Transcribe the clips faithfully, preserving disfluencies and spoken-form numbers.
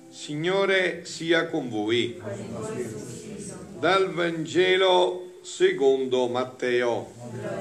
Signore sia con voi. Dal Vangelo secondo Matteo.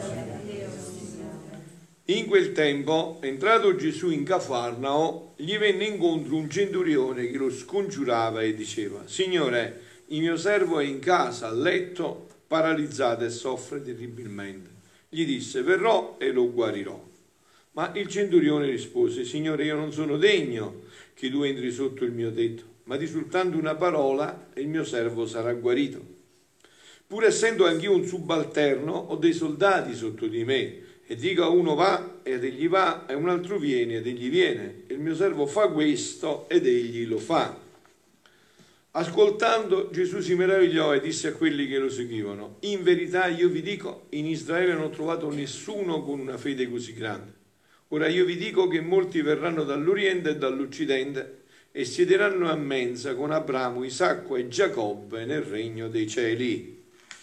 In quel tempo, entrato Gesù in Cafarnao, gli venne incontro un centurione che lo scongiurava e diceva: Signore, il mio servo è in casa, a letto, paralizzato e soffre terribilmente. Gli disse: verrò e lo guarirò. Ma il centurione rispose: Signore, io non sono degno che tu entri sotto il mio tetto, ma di soltanto una parola e il mio servo sarà guarito. Pur essendo anch'io un subalterno, ho dei soldati sotto di me, e dico a uno va ed egli va, e un altro viene ed egli viene, e il mio servo fa questo ed egli lo fa. Ascoltando, Gesù si meravigliò e disse a quelli che lo seguivano: in verità io vi dico, in Israele non ho trovato nessuno con una fede così grande. Ora io vi dico che molti verranno dall'Oriente e dall'Occidente e siederanno a mensa con Abramo, Isacco e Giacobbe nel regno dei cieli.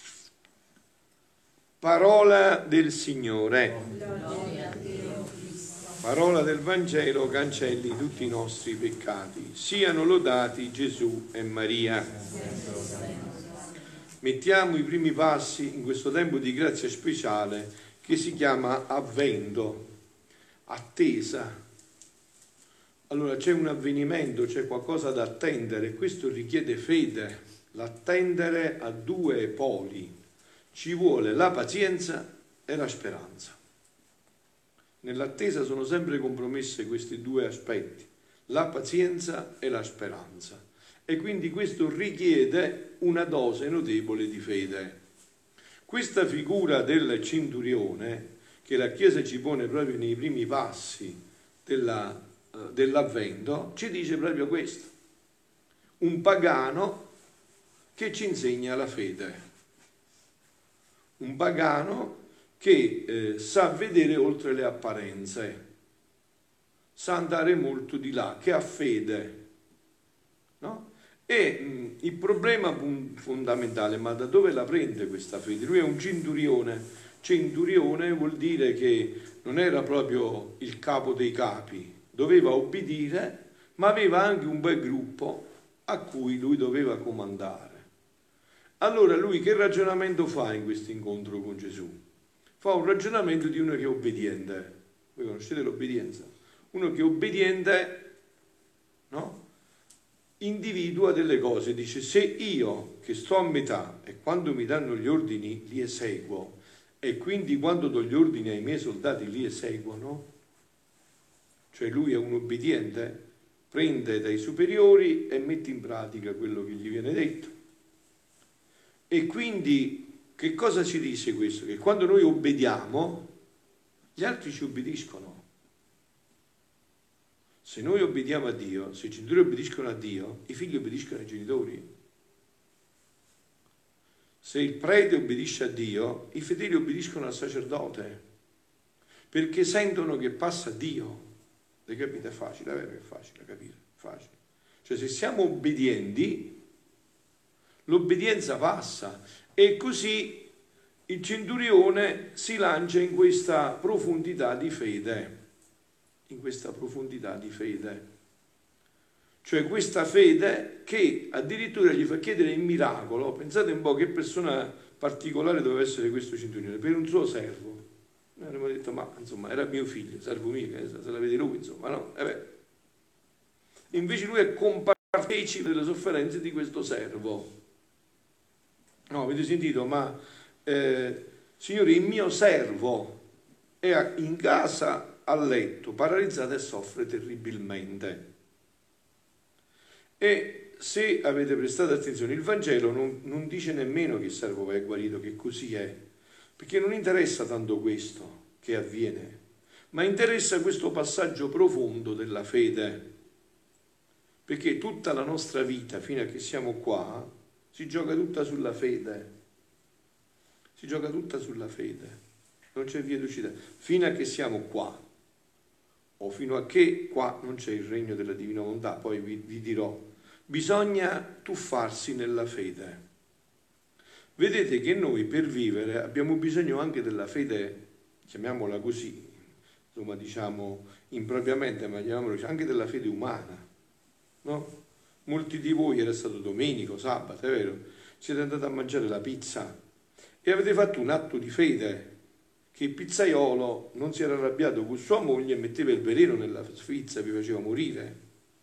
Parola del Signore. Parola del Vangelo cancelli tutti i nostri peccati. Siano lodati Gesù e Maria. Mettiamo i primi passi in questo tempo di grazia speciale che si chiama Avvento. Attesa. Allora c'è un avvenimento, c'è qualcosa da attendere, questo richiede fede. L'attendere ha due poli, ci vuole la pazienza e la speranza. Nell'attesa sono sempre compromesse questi due aspetti, la pazienza e la speranza, e quindi questo richiede una dose notevole di fede. Questa figura del centurione che la Chiesa ci pone proprio nei primi passi della, uh, dell'Avvento, ci dice proprio questo. Un pagano che ci insegna la fede. Un pagano che eh, sa vedere oltre le apparenze, sa andare molto di là, che ha fede. No? E mh, il problema fondamentale, ma da dove la prende questa fede? Lui è un centurione. Centurione vuol dire che non era proprio il capo dei capi, doveva obbedire, ma aveva anche un bel gruppo a cui lui doveva comandare. Allora lui che ragionamento fa in questo incontro con Gesù? Fa un ragionamento di uno che è obbediente. Voi conoscete l'obbedienza? Uno che è obbediente, no? Individua delle cose, dice: se io che sto a metà e quando mi danno gli ordini li eseguo, e quindi quando do gli ordini ai miei soldati li eseguono, cioè lui è un obbediente, prende dai superiori e mette in pratica quello che gli viene detto. E quindi che cosa ci dice questo? Che quando noi obbediamo, gli altri ci obbediscono. Se noi obbediamo a Dio, se i genitori obbediscono a Dio, i figli obbediscono ai genitori. Se il prete obbedisce a Dio, i fedeli obbediscono al sacerdote, perché sentono che passa Dio. Le capite? È facile, è vero che è facile capire, facile. Cioè se siamo obbedienti, l'obbedienza passa, e così il centurione si lancia in questa profondità di fede, in questa profondità di fede. Cioè questa fede che addirittura gli fa chiedere il miracolo. Pensate un po' che persona particolare doveva essere questo centurione, per un suo servo. Noi avremmo detto: ma insomma era mio figlio, servo mio, se la vede lui, insomma, no? Eh beh. Invece lui è compartecipe delle sofferenze di questo servo. No, avete sentito? Ma eh, Signore, il mio servo è in casa a letto, paralizzato e soffre terribilmente. E se avete prestato attenzione, il Vangelo non, non dice nemmeno che il servo è guarito, che così è, perché non interessa tanto questo che avviene, ma interessa questo passaggio profondo della fede, perché tutta la nostra vita, fino a che siamo qua, si gioca tutta sulla fede, si gioca tutta sulla fede, non c'è via d'uscita, fino a che siamo qua, o fino a che qua non c'è il regno della divina volontà. Poi vi, vi dirò, bisogna tuffarsi nella fede. Vedete che noi per vivere abbiamo bisogno anche della fede, chiamiamola così, insomma diciamo impropriamente, ma chiamiamola così, anche della fede umana, no? Molti di voi, era stato domenico, sabato, è vero, siete andati a mangiare la pizza e avete fatto un atto di fede, che il pizzaiolo non si era arrabbiato con sua moglie e metteva il veleno nella pizza e vi faceva morire.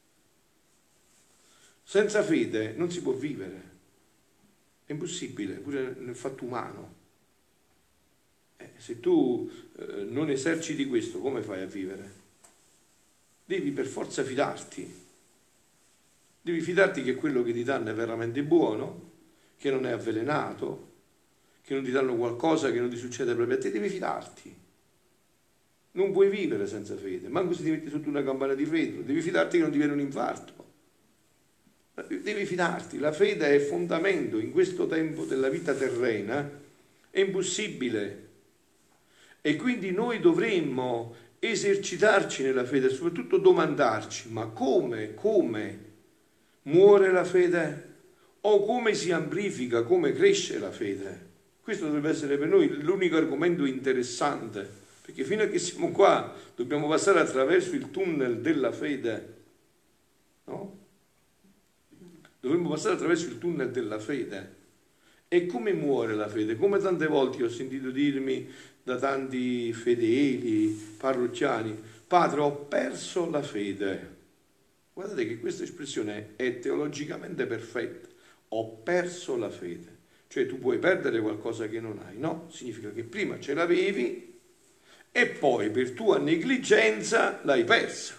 Senza fede non si può vivere, è impossibile, pure nel fatto umano. Eh, se tu eh, non eserciti questo, come fai a vivere? Devi per forza fidarti. Devi fidarti che quello che ti danno è veramente buono, che non è avvelenato, che non ti danno qualcosa che non ti succede proprio a te. Devi fidarti. Non puoi vivere senza fede, manco se ti metti sotto una campana di vetro. Devi fidarti che non ti viene un infarto. Devi fidarti. La fede è fondamento in questo tempo della vita terrena. È impossibile. E quindi noi dovremmo esercitarci nella fede, soprattutto domandarci, ma come, come muore la fede? O come si amplifica, come cresce la fede? Questo dovrebbe essere per noi l'unico argomento interessante, perché fino a che siamo qua dobbiamo passare attraverso il tunnel della fede, no? Dovremmo passare attraverso il tunnel della fede. E come muore la fede? Come tante volte ho sentito dirmi da tanti fedeli, parrocchiani, padre, ho perso la fede. Guardate che questa espressione è teologicamente perfetta. Ho perso la fede. Cioè tu puoi perdere qualcosa che non hai. No, significa che prima ce l'avevi e poi per tua negligenza l'hai persa.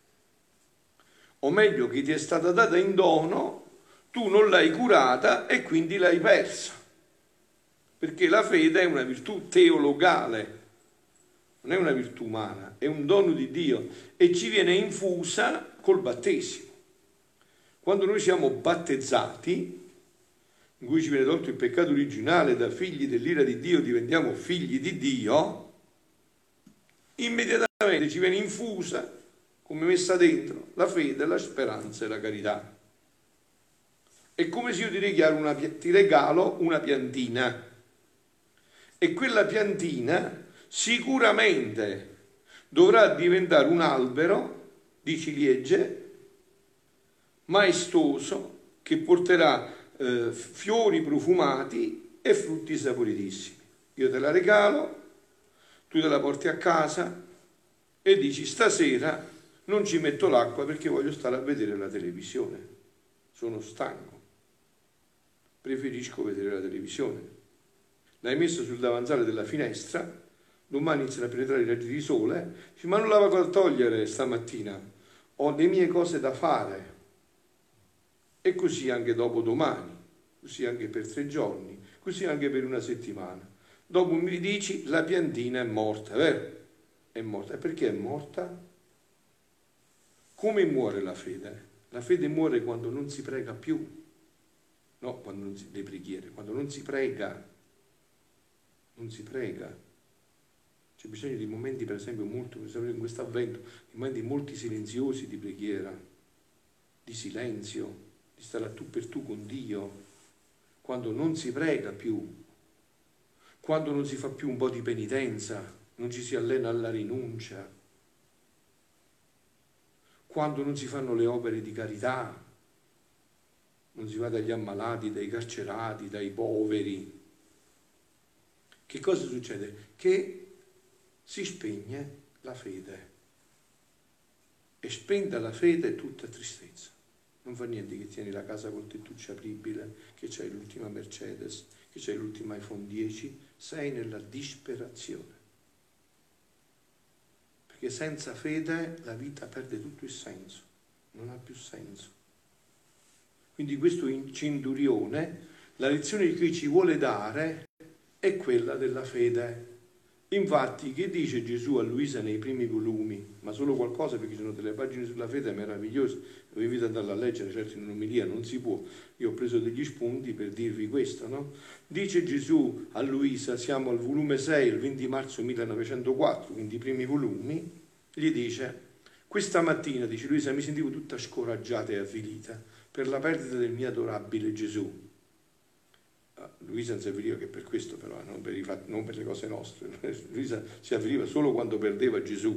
O meglio, che ti è stata data in dono, tu non l'hai curata e quindi l'hai persa. Perché la fede è una virtù teologale, non è una virtù umana, è un dono di Dio e ci viene infusa col battesimo. Quando noi siamo battezzati, in cui ci viene tolto il peccato originale, da figli dell'ira di Dio diventiamo figli di Dio, immediatamente ci viene infusa, come messa dentro, la fede, la speranza e la carità. È come se io ti regalo una, ti regalo una piantina e quella piantina sicuramente dovrà diventare un albero di ciliegie maestoso che porterà eh, fiori profumati e frutti saporitissimi. Io te la regalo, tu te la porti a casa e dici stasera non ci metto l'acqua perché voglio stare a vedere la televisione, sono stanco, preferisco vedere la televisione. L'hai messo sul davanzale della finestra, domani iniziano a penetrare i raggi di sole, dici, ma non la vado a togliere stamattina, ho le mie cose da fare. E così anche dopo domani, così anche per tre giorni, così anche per una settimana. Dopo mi dici la piantina è morta, vero? È morta. E perché è morta? Come muore la fede? La fede muore quando non si prega più, no, quando non si, le preghiere, quando non si prega, non si prega. C'è bisogno di momenti, per esempio, molto, per esempio in questo avvento, di momenti molti silenziosi di preghiera, di silenzio, di stare a tu per tu con Dio, quando non si prega più, quando non si fa più un po' di penitenza, non ci si allena alla rinuncia, quando non si fanno le opere di carità, non si va dagli ammalati, dai carcerati, dai poveri. Che cosa succede? Che si spegne la fede. E spenta la fede è tutta tristezza. Non fa niente che tieni la casa col tettuccio apribile, che c'hai l'ultima Mercedes, che c'hai l'ultima iPhone dieci, sei nella disperazione. Perché senza fede la vita perde tutto il senso, non ha più senso. Quindi questo centurione, la lezione che ci vuole dare è quella della fede. Infatti, che dice Gesù a Luisa nei primi volumi? Ma solo qualcosa, perché ci sono delle pagine sulla fede meravigliose, vi invito ad andarla a leggere, certo in un'omelia non si può, io ho preso degli spunti per dirvi questo, no? Dice Gesù a Luisa, siamo al volume sei, il venti marzo millenovecentoquattro, quindi i primi volumi, gli dice, questa mattina, dice Luisa, mi sentivo tutta scoraggiata e avvilita per la perdita del mio adorabile Gesù. Luisa non si avviliva che per questo però, non per, i fatti, non per le cose nostre. Luisa si avviliva solo quando perdeva Gesù.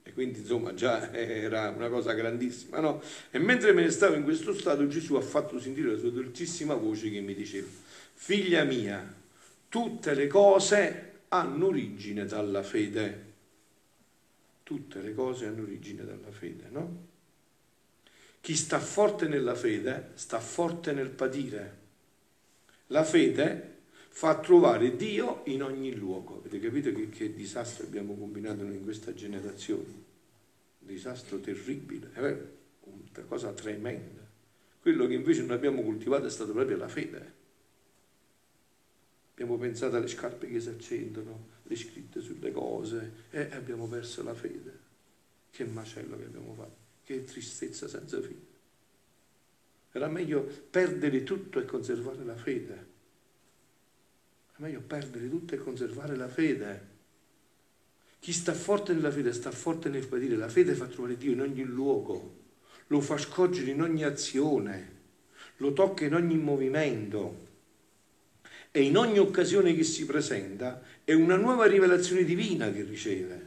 E quindi insomma già era una cosa grandissima, no? E mentre me ne stavo in questo stato, Gesù ha fatto sentire la sua dolcissima voce che mi diceva: figlia mia, tutte le cose hanno origine dalla fede. Tutte le cose hanno origine dalla fede, no? Chi sta forte nella fede sta forte nel patire. La fede fa trovare Dio in ogni luogo. Avete capito che, che disastro abbiamo combinato noi in questa generazione? Un disastro terribile, è vero? Una cosa tremenda. Quello che invece non abbiamo coltivato è stata proprio la fede. Abbiamo pensato alle scarpe che si accendono, le scritte sulle cose, e abbiamo perso la fede. Che macello che abbiamo fatto, che tristezza senza fine. Era meglio perdere tutto e conservare la fede. È meglio perdere tutto e conservare la fede. Chi sta forte nella fede sta forte nel patire. La fede fa trovare Dio in ogni luogo, lo fa scorgere in ogni azione, lo tocca in ogni movimento e in ogni occasione che si presenta è una nuova rivelazione divina che riceve.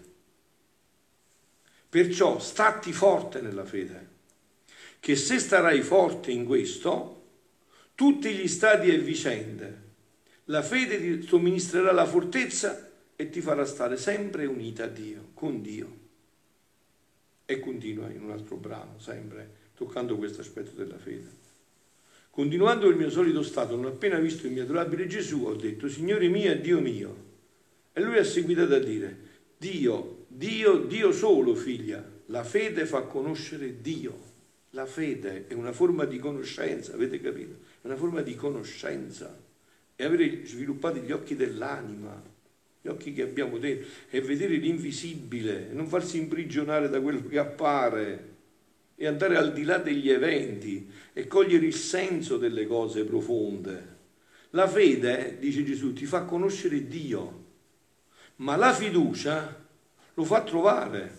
Perciò statti forte nella fede, che se starai forte in questo, tutti gli stati e vicende, la fede ti somministrerà la fortezza e ti farà stare sempre unita a Dio, con Dio. E continua in un altro brano, sempre toccando questo aspetto della fede. Continuando il mio solito stato, non appena visto il mio adorabile Gesù, ho detto: Signore mio e Dio mio. E lui ha seguitato a dire: Dio, Dio, Dio solo, figlia. La fede fa conoscere Dio. La fede è una forma di conoscenza, avete capito? È una forma di conoscenza. E avere sviluppato gli occhi dell'anima, gli occhi che abbiamo dentro, e vedere l'invisibile, e non farsi imprigionare da quello che appare, e andare al di là degli eventi, e cogliere il senso delle cose profonde. La fede, dice Gesù, ti fa conoscere Dio, ma la fiducia lo fa trovare.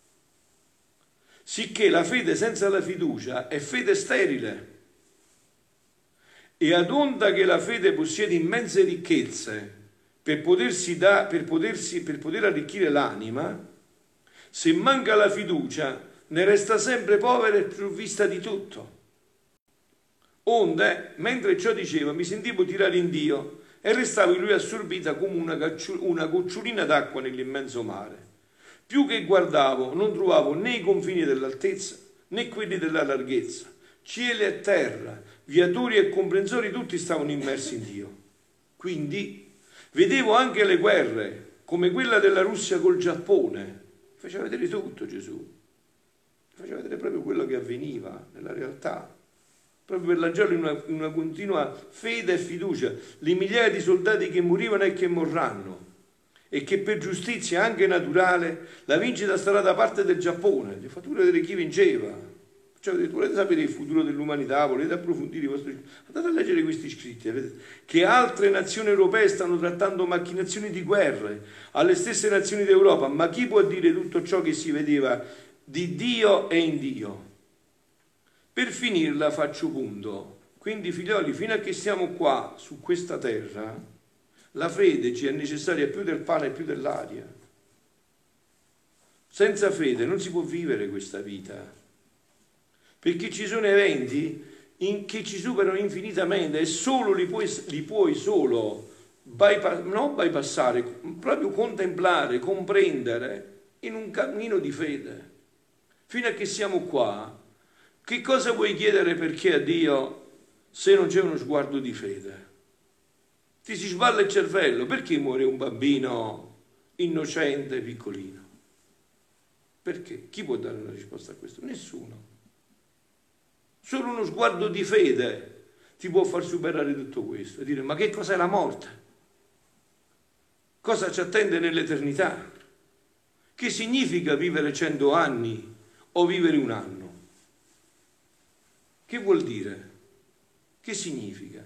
Sicché la fede senza la fiducia è fede sterile. E ad onda che la fede possiede immense ricchezze per potersi da, per potersi, per poter arricchire l'anima, se manca la fiducia ne resta sempre povera e provvista di tutto. Onde, mentre ciò diceva, mi sentivo tirare in Dio e restavo in lui assorbita come una, una gocciolina d'acqua nell'immenso mare. Più che guardavo, non trovavo né i confini dell'altezza né quelli della larghezza. Cielo e terra, viatori e comprensori, tutti stavano immersi in Dio. Quindi vedevo anche le guerre, come quella della Russia col Giappone. Faceva vedere tutto Gesù. Faceva vedere proprio quello che avveniva nella realtà. Proprio per lanciarlo in una, in una continua fede e fiducia. Le migliaia di soldati che morivano e che morranno. E che per giustizia anche naturale la vincita sarà da parte del Giappone. Gli ho fatto vedere chi vinceva. Cioè, volete sapere il futuro dell'umanità, volete approfondire i vostri... Andate a leggere questi scritti, vedete? Che altre nazioni europee stanno trattando macchinazioni di guerre alle stesse nazioni d'Europa, ma chi può dire tutto ciò che si vedeva di Dio e in Dio? Per finirla faccio punto. Quindi, figlioli, fino a che siamo qua, su questa terra, la fede ci è necessaria più del pane e più dell'aria. Senza fede non si può vivere questa vita. Perché ci sono eventi in che ci superano infinitamente e solo li puoi, li puoi solo bypass, non bypassare, proprio contemplare, comprendere in un cammino di fede. Fino a che siamo qua, che cosa vuoi chiedere perché a Dio se non c'è uno sguardo di fede? Ti si sballa il cervello. Perché muore un bambino innocente, piccolino? Perché? Chi può dare una risposta a questo? Nessuno. Solo uno sguardo di fede ti può far superare tutto questo e dire: ma che cos'è la morte? Cosa ci attende nell'eternità? Che significa vivere cento anni o vivere un anno? Che vuol dire? Che significa?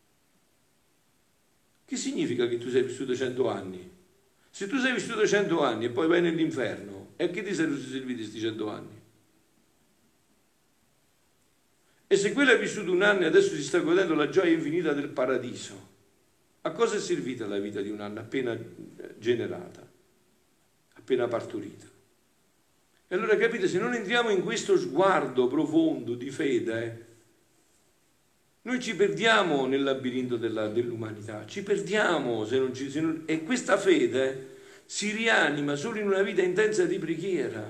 Che significa che tu sei vissuto cento anni? Se tu sei vissuto cento anni e poi vai nell'inferno, e a che ti sei serviti questi cento anni? E se quello ha vissuto un anno e adesso si sta godendo la gioia infinita del paradiso, a cosa è servita la vita di un anno appena generata, appena partorita? E allora capite, se non entriamo in questo sguardo profondo di fede, noi ci perdiamo nel labirinto della, dell'umanità, ci perdiamo se non ci... Se non, e questa fede si rianima solo in una vita intensa di preghiera.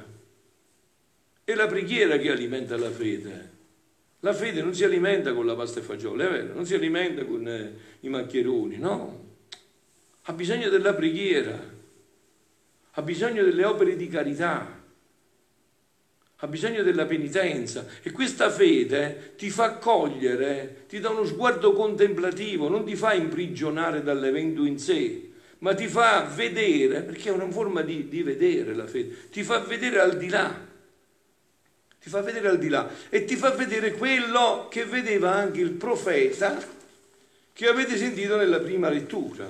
È la preghiera che alimenta la fede. La fede non si alimenta con la pasta e fagioli, è vero? Non si alimenta con eh, i maccheroni, no. Ha bisogno della preghiera, ha bisogno delle opere di carità, ha bisogno della penitenza, e questa fede ti fa cogliere, ti dà uno sguardo contemplativo, non ti fa imprigionare dall'evento in sé, ma ti fa vedere, perché è una forma di, di vedere la fede, ti fa vedere al di là, ti fa vedere al di là e ti fa vedere quello che vedeva anche il profeta che avete sentito nella prima lettura.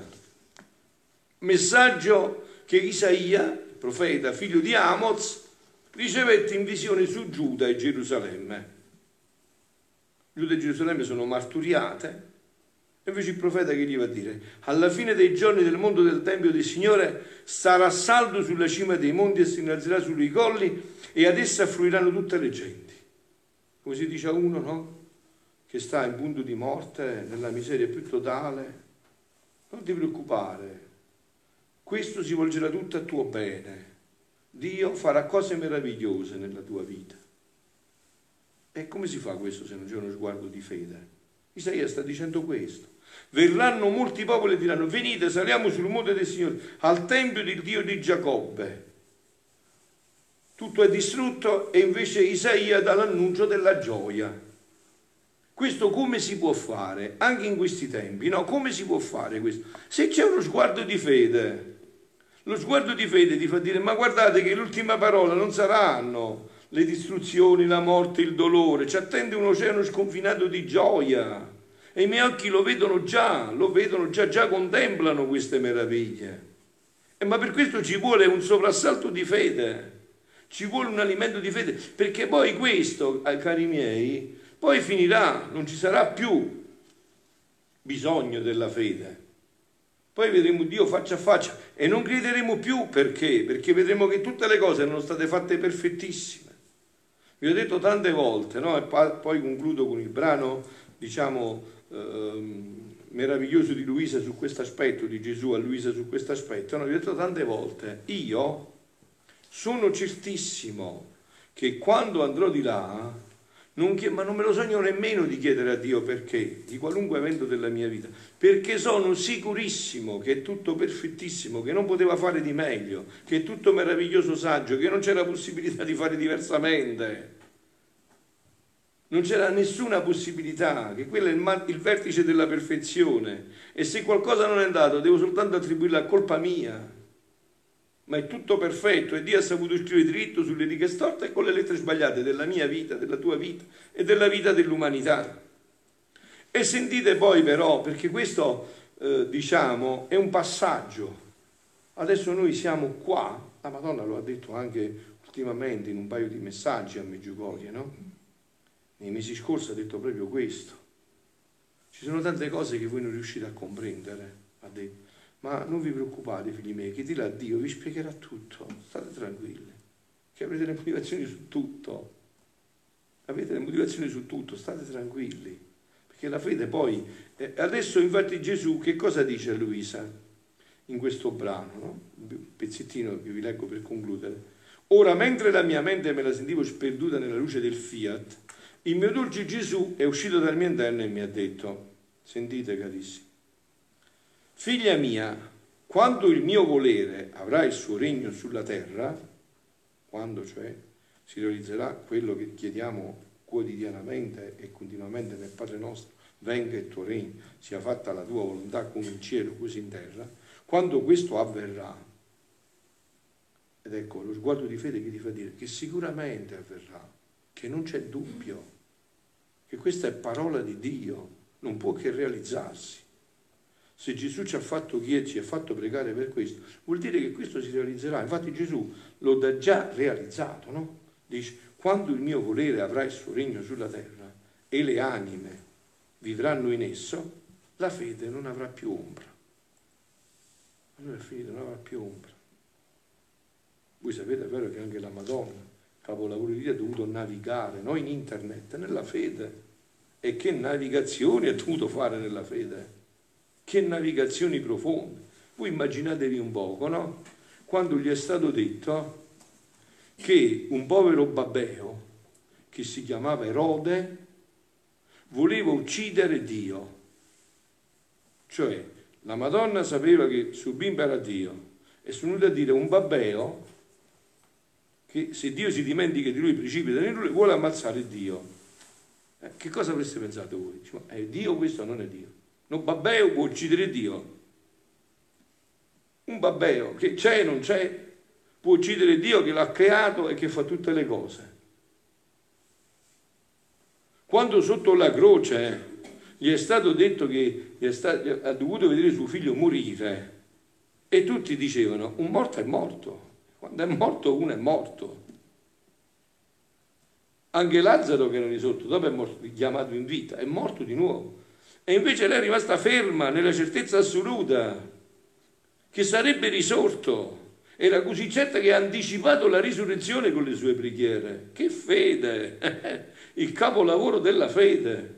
Messaggio che Isaia, il profeta figlio di Amoz, ricevette in visione su Giuda e Gerusalemme. Giuda e Gerusalemme sono marturiate, e invece il profeta che gli va a dire? Alla fine dei giorni del mondo del Tempio del Signore starà saldo sulla cima dei monti e si innalzerà sui colli, e ad essa affluiranno tutte le genti. Come si dice a uno, no? Che sta in punto di morte, nella miseria più totale, non ti preoccupare, questo si volgerà tutto a tuo bene. Dio farà cose meravigliose nella tua vita. E come si fa questo se non c'è uno sguardo di fede? Isaia sta dicendo questo. Verranno molti popoli e diranno: venite, saliamo sul monte del Signore, al tempio del Dio di Giacobbe. Tutto è distrutto e invece Isaia dà l'annuncio della gioia. Questo come si può fare? Anche in questi tempi, no? Come si può fare questo? Se c'è uno sguardo di fede. Lo sguardo di fede ti fa dire: ma guardate che l'ultima parola non saranno le distruzioni, la morte, il dolore, ci attende un oceano sconfinato di gioia e i miei occhi lo vedono già, lo vedono già, già contemplano queste meraviglie. E ma per questo ci vuole un soprassalto di fede, ci vuole un alimento di fede, perché poi questo, cari miei, poi finirà, non ci sarà più bisogno della fede. Poi vedremo Dio faccia a faccia e non crederemo più. Perché? Perché vedremo che tutte le cose erano state fatte perfettissime. Vi ho detto tante volte, no? E poi concludo con il brano, diciamo, ehm, meraviglioso di Luisa su questo aspetto, di Gesù a Luisa su questo aspetto. No? Vi ho detto tante volte, io sono certissimo che quando andrò di là, Non chied- ma non me lo sogno nemmeno di chiedere a Dio perché, di qualunque evento della mia vita, perché sono sicurissimo che è tutto perfettissimo, che non poteva fare di meglio, che è tutto meraviglioso, saggio, che non c'era possibilità di fare diversamente, non c'era nessuna possibilità, che quello è il, ma- il vertice della perfezione, e se qualcosa non è andato devo soltanto attribuirla a colpa mia. Ma è tutto perfetto e Dio ha saputo scrivere dritto sulle righe storte e con le lettere sbagliate della mia vita, della tua vita e della vita dell'umanità. E sentite poi però, perché questo eh, diciamo è un passaggio. Adesso noi siamo qua, la Madonna lo ha detto anche ultimamente in un paio di messaggi a Meggiugorie, no? Nei mesi scorsi ha detto proprio questo. Ci sono tante cose che voi non riuscite a comprendere, ha detto. Ma non vi preoccupate, figli miei, che di là Dio vi spiegherà tutto, state tranquilli, che avrete le motivazioni su tutto, avete le motivazioni su tutto, state tranquilli, perché la fede poi... Eh, adesso infatti Gesù che cosa dice a Luisa in questo brano, no? Un pezzettino che vi leggo per concludere. Ora, mentre la mia mente me la sentivo sperduta nella luce del fiat, il mio dolce Gesù è uscito dal mio interno e mi ha detto, sentite carissimi, figlia mia, quando il mio volere avrà il suo regno sulla terra, quando cioè si realizzerà quello che chiediamo quotidianamente e continuamente nel Padre nostro, venga il tuo regno, sia fatta la tua volontà come in cielo così in terra, quando questo avverrà, ed ecco lo sguardo di fede che ti fa dire che sicuramente avverrà, che non c'è dubbio, che questa è parola di Dio, non può che realizzarsi. Se Gesù ci ha fatto chiedere, ci ha fatto pregare per questo, vuol dire che questo si realizzerà. Infatti Gesù lo ha già realizzato, no? Dice, quando il mio volere avrà il suo regno sulla terra e le anime vivranno in esso, la fede non avrà più ombra. Allora la fede non avrà più ombra. Voi sapete, è vero che anche la Madonna capolavoro di Dio, ha dovuto navigare, non in internet, nella fede. E che navigazioni ha dovuto fare nella fede? Che navigazioni profonde. Voi immaginatevi un poco, no? Quando gli è stato detto che un povero babbeo che si chiamava Erode voleva uccidere Dio. Cioè, la Madonna sapeva che suo bimbo era Dio e sono venuti a dire un babbeo che se Dio si dimentica di lui, precipita in lui, vuole ammazzare Dio. Eh, che cosa avreste pensato voi? Dice, ma è Dio questo? Non è Dio. No, babbeo può uccidere Dio. Un babbeo che c'è, non c'è, può uccidere Dio che l'ha creato e che fa tutte le cose. Quando sotto la croce eh, gli è stato detto che gli è stato, ha dovuto vedere suo figlio morire e tutti dicevano un morto è morto. Quando è morto uno è morto. Anche Lazzaro che era lì sotto, dopo è morto, chiamato in vita, è morto di nuovo. E invece lei è rimasta ferma nella certezza assoluta che sarebbe risorto. Era così certa che ha anticipato la risurrezione con le sue preghiere. Che fede! Il capolavoro della fede.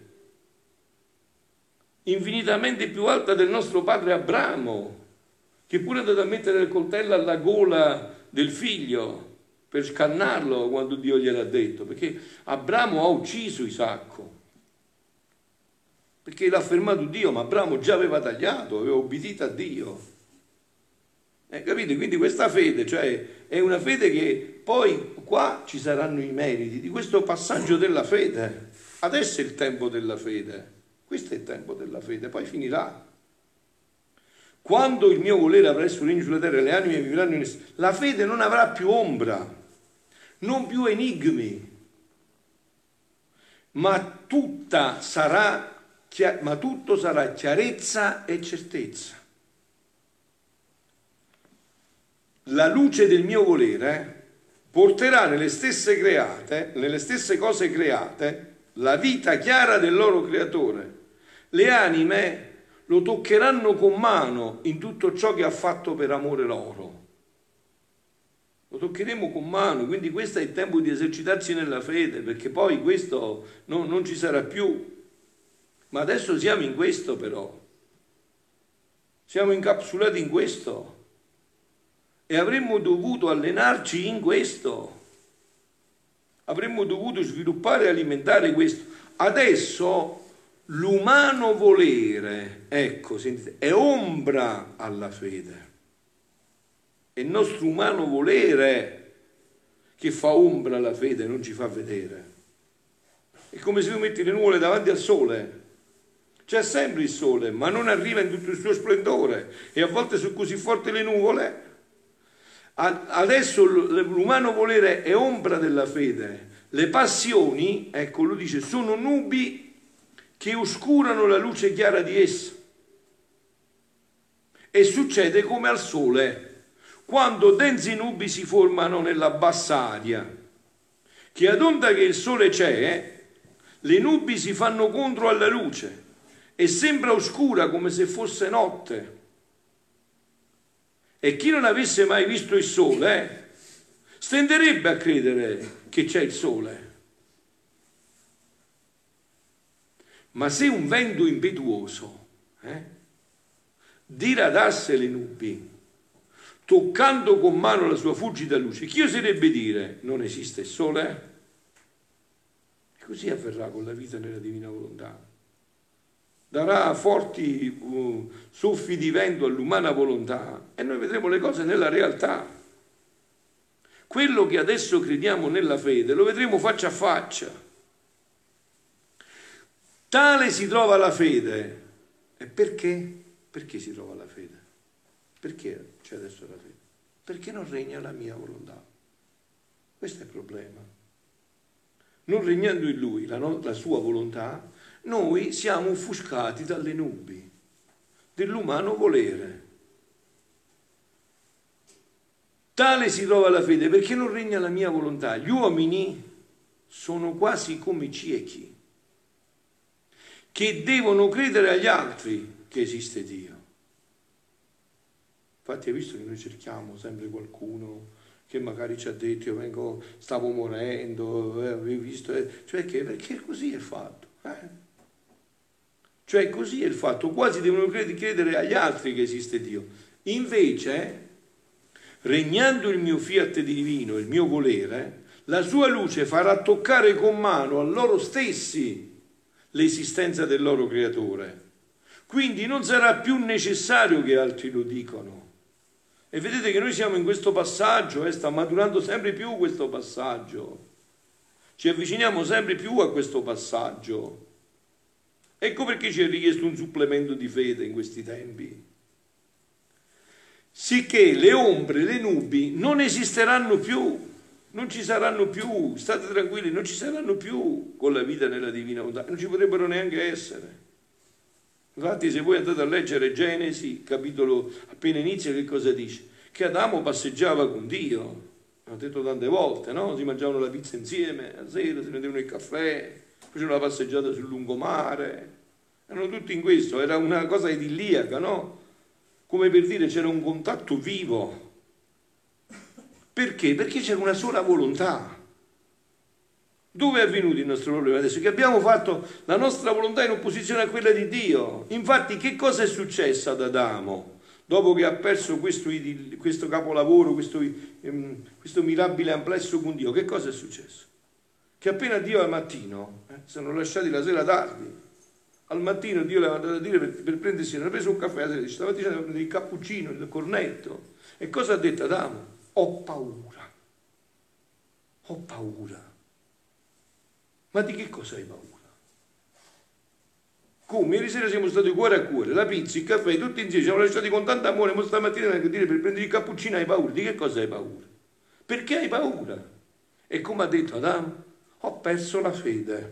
Infinitamente più alta del nostro padre Abramo, che pure è andato a mettere il coltello alla gola del figlio per scannarlo quando Dio gliel'ha detto, perché Abramo ha ucciso Isacco, perché l'ha fermato Dio, ma Abramo già aveva tagliato, aveva obbedito a Dio. Eh, capite? Quindi questa fede, cioè, è una fede che poi qua ci saranno i meriti di questo passaggio della fede. Adesso è il tempo della fede, questo è il tempo della fede, poi finirà. Quando il mio volere avrà il suo regno sulla terra e le anime vivranno in esso, la fede non avrà più ombra, non più enigmi, ma tutta sarà, ma tutto sarà chiarezza e certezza. La luce del mio volere porterà nelle stesse create, nelle stesse cose create, la vita chiara del loro creatore. Le anime lo toccheranno con mano in tutto ciò che ha fatto per amore loro. Lo toccheremo con mano, quindi questo è il tempo di esercitarsi nella fede, perché poi questo non, non ci sarà più. Ma adesso siamo in questo però. Siamo incapsulati in questo. E avremmo dovuto allenarci in questo. Avremmo dovuto sviluppare e alimentare questo. Adesso l'umano volere, ecco, sentite, è ombra alla fede. È il nostro umano volere che fa ombra alla fede, non ci fa vedere. È come se tu metti le nuvole davanti al sole. C'è sempre il sole, ma non arriva in tutto il suo splendore. E a volte sono così forti le nuvole. Adesso l'umano volere è ombra della fede. Le passioni, ecco, lui dice, sono nubi che oscurano la luce chiara di essa. E succede come al sole, quando densi nubi si formano nella bassa aria, che ad onda che il sole c'è, le nubi si fanno contro alla luce e sembra oscura come se fosse notte. E chi non avesse mai visto il sole eh, stenderebbe a credere che c'è il sole. Ma se un vento impetuoso eh, diradasse le nubi, toccando con mano la sua fulgida luce, chi oserebbe dire non esiste il sole? E così avverrà con la vita nella divina volontà. Darà forti uh, soffi di vento all'umana volontà e noi vedremo le cose nella realtà. Quello che adesso crediamo nella fede lo vedremo faccia a faccia. Tale si trova la fede. E perché? Perché si trova la fede? Perché c'è adesso la fede? Perché non regna la mia volontà. Questo è il problema. Non regnando in lui la, no, la sua volontà, noi siamo offuscati dalle nubi dell'umano volere. Tale si trova la fede perché non regna la mia volontà. Gli uomini sono quasi come ciechi che devono credere agli altri che esiste Dio. Infatti hai visto che noi cerchiamo sempre qualcuno che magari ci ha detto io vengo, stavo morendo, eh, avevi visto, eh, cioè che, perché così è fatto. Eh? Cioè così è il fatto, quasi devono credere agli altri che esiste Dio. Invece, regnando il mio fiat divino, il mio volere, la sua luce farà toccare con mano a loro stessi l'esistenza del loro creatore. Quindi non sarà più necessario che altri lo dicano. E vedete che noi siamo in questo passaggio, eh, sta maturando sempre più questo passaggio. Ci avviciniamo sempre più a questo passaggio. Ecco perché ci è richiesto un supplemento di fede in questi tempi. Sicché le ombre, le nubi non esisteranno più, non ci saranno più, state tranquilli, non ci saranno più con la vita nella divina volontà, non ci potrebbero neanche essere. Infatti se voi andate a leggere Genesi, capitolo appena inizia, che cosa dice? Che Adamo passeggiava con Dio, l'ho detto tante volte, no? Si mangiavano la pizza insieme, a sera si prendevano il caffè, facevano la passeggiata sul lungomare, erano tutti in questo, era una cosa idilliaca, no? Come per dire c'era un contatto vivo. Perché? Perché c'era una sola volontà. Dove è avvenuto il nostro problema adesso? Che abbiamo fatto la nostra volontà in opposizione a quella di Dio. Infatti che cosa è successo ad Adamo? Dopo che ha perso questo, questo capolavoro, questo, ehm, questo mirabile amplesso con Dio, che cosa è successo? Che appena Dio al mattino, eh, si sono lasciati la sera tardi, al mattino Dio le ha mandato a dire per, per prendersi, non ha preso un caffè, la sera, stamattina deve prendere il cappuccino, il cornetto. E cosa ha detto Adamo? Ho paura, ho paura. Ma di che cosa hai paura? Come? Ieri sera siamo stati cuore a cuore, la pizza, il caffè, tutti insieme, ci siamo lasciati con tanto amore, ma stamattina vengo a dire per prendere il cappuccino hai paura. Di che cosa hai paura? Perché hai paura? E come ha detto Adamo? Ho perso la fede.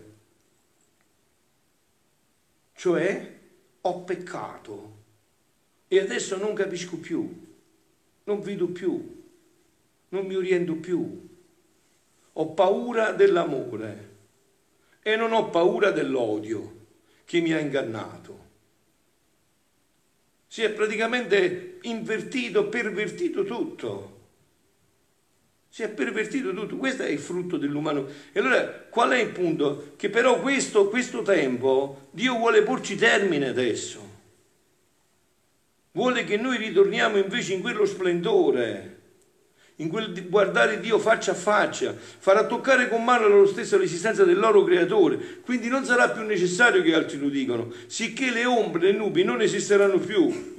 Cioè, ho peccato. E adesso non capisco più, non vedo più, non mi oriento più. Ho paura dell'amore e non ho paura dell'odio che mi ha ingannato. Si è praticamente invertito, pervertito tutto. Si è pervertito tutto. Questo è il frutto dell'umano. E allora qual è il punto? Che però questo, questo tempo Dio vuole porci termine adesso. Vuole che noi ritorniamo invece in quello splendore, in quel guardare Dio faccia a faccia, farà toccare con mano loro stessa l'esistenza del loro creatore, quindi non sarà più necessario che altri lo dicano, sicché le ombre, le nubi non esisteranno più.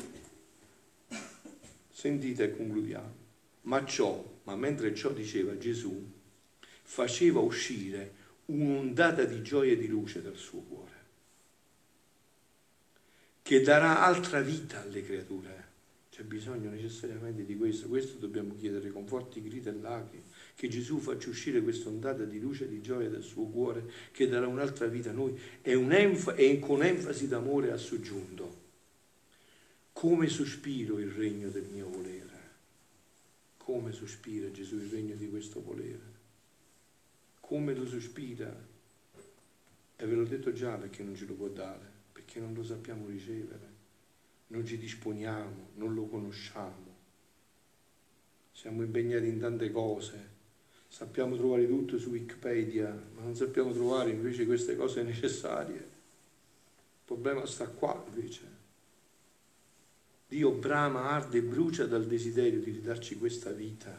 Sentite e concludiamo. Ma ciò, ma mentre ciò diceva Gesù, faceva uscire un'ondata di gioia e di luce dal suo cuore, che darà altra vita alle creature. C'è bisogno necessariamente di questo, questo dobbiamo chiedere con forti grida e lacrime, che Gesù faccia uscire questa ondata di luce e di gioia dal suo cuore, che darà un'altra vita a noi, e, un'enf- e con enfasi d'amore ha soggiunto: come sospiro il regno del mio volere, come sospira Gesù il regno di questo volere, come lo sospira, e ve l'ho detto già perché non ce lo può dare, perché non lo sappiamo ricevere. Non ci disponiamo, non lo conosciamo, siamo impegnati in tante cose, sappiamo trovare tutto su Wikipedia, ma non sappiamo trovare invece queste cose necessarie. Il problema sta qua invece. Dio brama, arde e brucia dal desiderio di ridarci questa vita.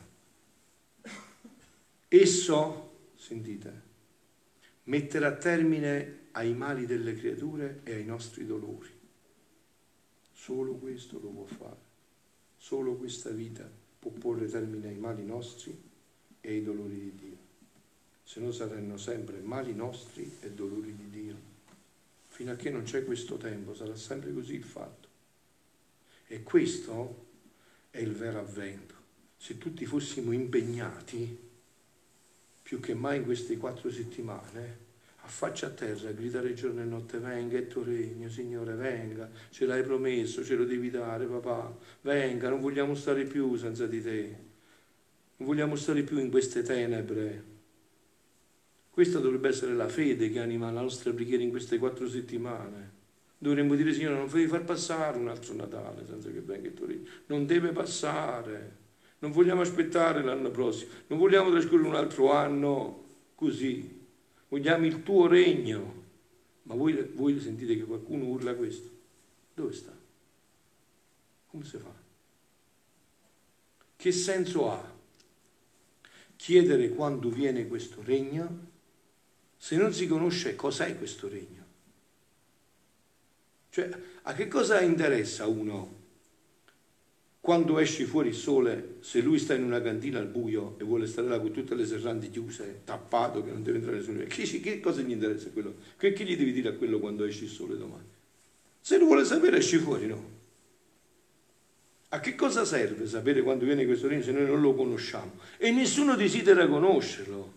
Esso, sentite, metterà termine ai mali delle creature e ai nostri dolori. Solo questo lo può fare, solo questa vita può porre termine ai mali nostri e ai dolori di Dio, se no saranno sempre mali nostri e dolori di Dio. Fino a che non c'è questo tempo sarà sempre così il fatto. E questo è il vero avvento. Se tutti fossimo impegnati, più che mai in queste quattro settimane, a faccia a terra, a gridare giorno e notte: venga il tuo regno, Signore, venga, ce l'hai promesso, ce lo devi dare, papà, venga, non vogliamo stare più senza di te, non vogliamo stare più in queste tenebre. Questa dovrebbe essere la fede che anima la nostra preghiera in queste quattro settimane. Dovremmo dire: Signore, non devi far passare un altro Natale senza che venga il tuo regno, non deve passare, Non vogliamo aspettare l'anno prossimo, non vogliamo trascorrere un altro anno così, vogliamo il tuo regno. Ma voi, voi sentite che qualcuno urla questo? Dove sta? Come si fa? Che senso ha chiedere quando viene questo regno se non si conosce cos'è questo regno? Cioè, a che cosa interessa uno quando esce fuori il sole, se lui sta in una cantina al buio e vuole stare là con tutte le serrandi chiuse, tappato, che non deve entrare nessuno? Che, che cosa gli interessa quello? Che, che gli devi dire a quello quando esce il sole domani? Se lo vuole sapere, esci fuori, no? A che cosa serve sapere quando viene questo regno se noi non lo conosciamo? E nessuno desidera conoscerlo.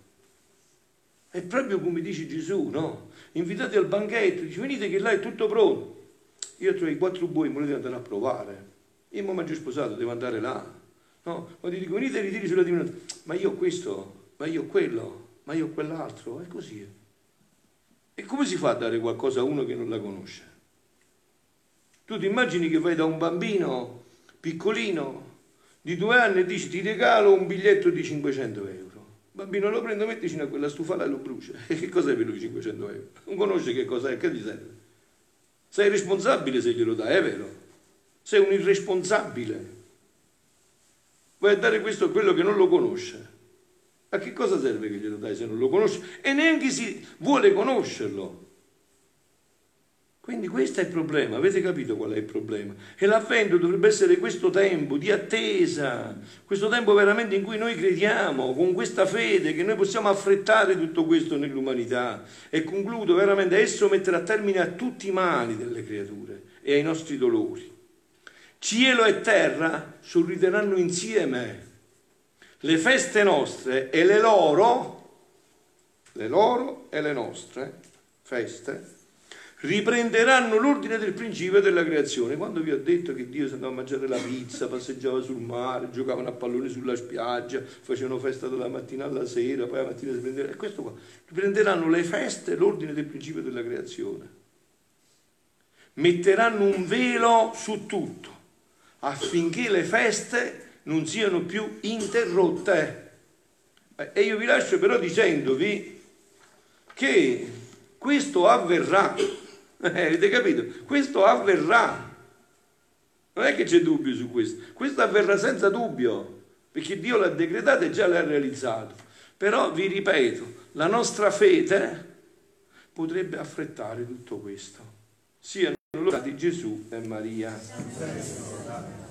È proprio come dice Gesù, no? Invitati al banchetto, dice venite che là è tutto pronto. Io ho i quattro buoi, volete andare a provare. Io mi mangio sposato, devo andare là. No? Quando dico venite e ritiri sulla divinità, ma io ho questo, ma io ho quello, ma io ho quell'altro, è così. E come si fa a dare qualcosa a uno che non la conosce? Tu ti immagini che vai da un bambino piccolino di due anni e dici ti regalo un biglietto di cinquecento euro. Il bambino lo prende, lo mette vicino a quella stufala e lo brucia. E che cos'è per lui cinquecento euro? Non conosce che cos'è, che gli serve? Sei responsabile se glielo dai, è vero? Sei un irresponsabile. Vuoi dare questo a quello che non lo conosce. A che cosa serve che glielo dai se non lo conosce? E neanche si vuole conoscerlo. Quindi questo è il problema, avete capito qual è il problema? E l'avvento dovrebbe essere questo tempo di attesa, questo tempo veramente in cui noi crediamo, con questa fede, che noi possiamo affrettare tutto questo nell'umanità. E concludo veramente, esso metterà termine a tutti i mali delle creature e ai nostri dolori. Cielo e terra sorrideranno insieme. Le feste nostre e le loro, le loro e le nostre feste, riprenderanno l'ordine del principio della creazione. Quando vi ho detto che Dio si andava a mangiare la pizza, passeggiava sul mare, giocavano a pallone sulla spiaggia, facevano festa dalla mattina alla sera, poi la mattina si prendevano, e questo qua, riprenderanno le feste, l'ordine del principio della creazione. Metteranno un velo su tutto, affinché le feste non siano più interrotte. E io vi lascio però dicendovi che questo avverrà. Eh, avete capito? Questo avverrà. Non è che c'è dubbio su questo. Questo avverrà senza dubbio, perché Dio l'ha decretato e già l'ha realizzato. Però vi ripeto, la nostra fede potrebbe affrettare tutto questo. Siano lodati Gesù e Maria.